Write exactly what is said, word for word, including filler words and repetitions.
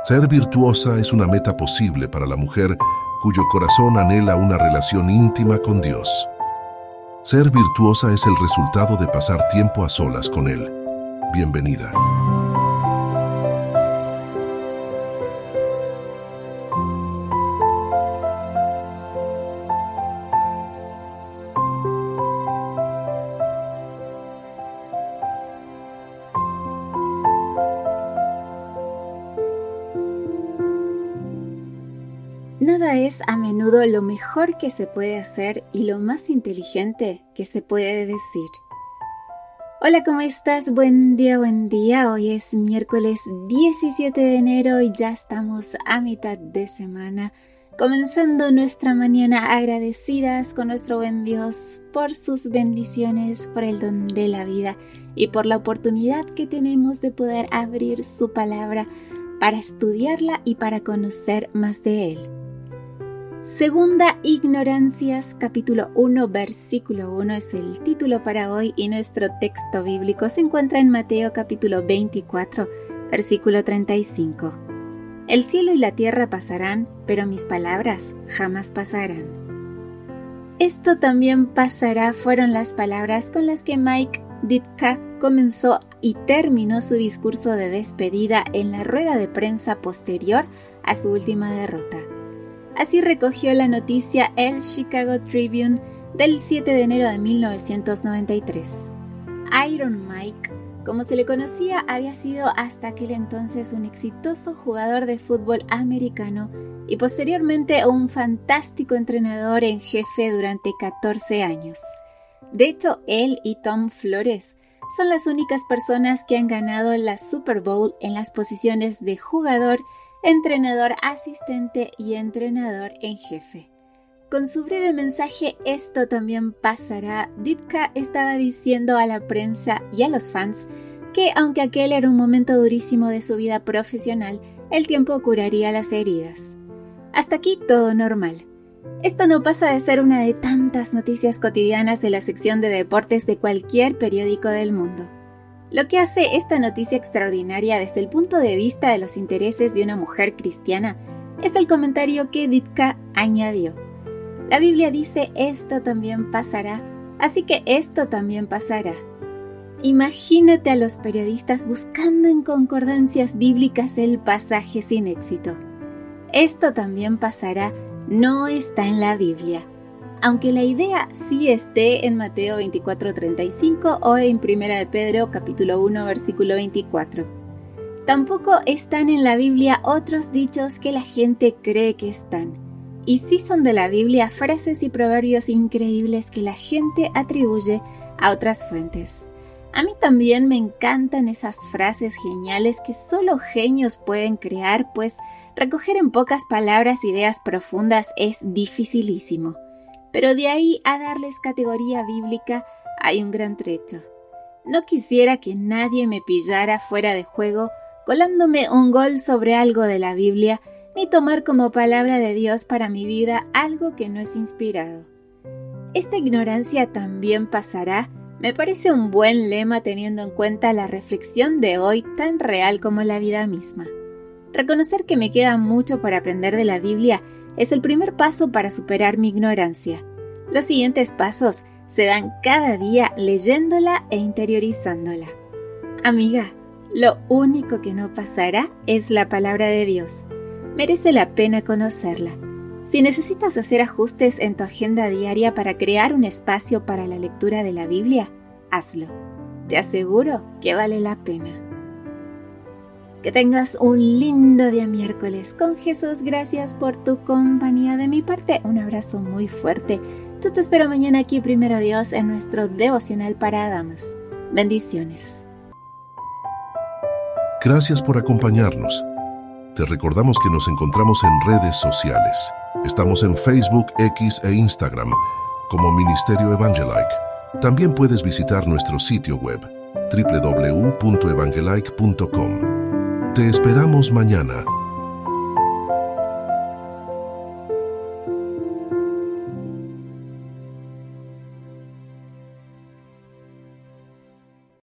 Ser virtuosa es una meta posible para la mujer cuyo corazón anhela una relación íntima con Dios. Ser virtuosa es el resultado de pasar tiempo a solas con Él. Bienvenida. Nada es a menudo lo mejor que se puede hacer y lo más inteligente que se puede decir. Hola, ¿cómo estás? Buen día, buen día. Hoy es miércoles diecisiete de enero y ya estamos a mitad de semana, comenzando nuestra mañana agradecidas con nuestro buen Dios por sus bendiciones, por el don de la vida y por la oportunidad que tenemos de poder abrir su palabra para estudiarla y para conocer más de Él. Segunda Ignorancias, capítulo uno, versículo uno es el título para hoy y nuestro texto bíblico se encuentra en Mateo capítulo veinticuatro, versículo treinta y cinco. El cielo y la tierra pasarán, pero mis palabras jamás pasarán. Esto también pasará fueron las palabras con las que Mike Ditka comenzó y terminó su discurso de despedida en la rueda de prensa posterior a su última derrota. Así recogió la noticia el Chicago Tribune del siete de enero de mil novecientos noventa y tres. Iron Mike, como se le conocía, había sido hasta aquel entonces un exitoso jugador de fútbol americano y posteriormente un fantástico entrenador en jefe durante catorce años. De hecho, él y Tom Flores son las únicas personas que han ganado la Super Bowl en las posiciones de jugador, entrenador asistente y entrenador en jefe. Con su breve mensaje, esto también pasará, Ditka estaba diciendo a la prensa y a los fans que aunque aquel era un momento durísimo de su vida profesional, el tiempo curaría las heridas. Hasta aquí todo normal. Esto no pasa de ser una de tantas noticias cotidianas de la sección de deportes de cualquier periódico del mundo. Lo que hace esta noticia extraordinaria desde el punto de vista de los intereses de una mujer cristiana es el comentario que Ditka añadió. La Biblia dice esto también pasará, así que esto también pasará. Imagínate a los periodistas buscando en concordancias bíblicas el pasaje sin éxito. Esto también pasará no está en la Biblia, aunque la idea sí esté en Mateo veinticuatro treinta y cinco o en Primera de Pedro capítulo uno versículo veinticuatro. Tampoco están en la Biblia otros dichos que la gente cree que están, y sí son de la Biblia frases y proverbios increíbles que la gente atribuye a otras fuentes. A mí también me encantan esas frases geniales que solo genios pueden crear, pues recoger en pocas palabras ideas profundas es dificilísimo. Pero de ahí a darles categoría bíblica hay un gran trecho. No quisiera que nadie me pillara fuera de juego colándome un gol sobre algo de la Biblia, ni tomar como palabra de Dios para mi vida algo que no es inspirado. Esta ignorancia también pasará, me parece un buen lema teniendo en cuenta la reflexión de hoy tan real como la vida misma. Reconocer que me queda mucho por aprender de la Biblia es el primer paso para superar mi ignorancia. Los siguientes pasos se dan cada día leyéndola e interiorizándola. Amiga, lo único que no pasará es la palabra de Dios. Merece la pena conocerla. Si necesitas hacer ajustes en tu agenda diaria para crear un espacio para la lectura de la Biblia, hazlo. Te aseguro que vale la pena. Que tengas un lindo día miércoles con Jesús. Gracias por tu compañía. De mi parte, un abrazo muy fuerte. Yo te espero mañana aquí, primero Dios, en nuestro devocional para damas. Bendiciones. Gracias por acompañarnos. Te recordamos que nos encontramos en redes sociales. Estamos en Facebook, X e Instagram como Ministerio Evangelike. También puedes visitar nuestro sitio web doble u doble u doble u punto evangelike punto com. Te esperamos mañana.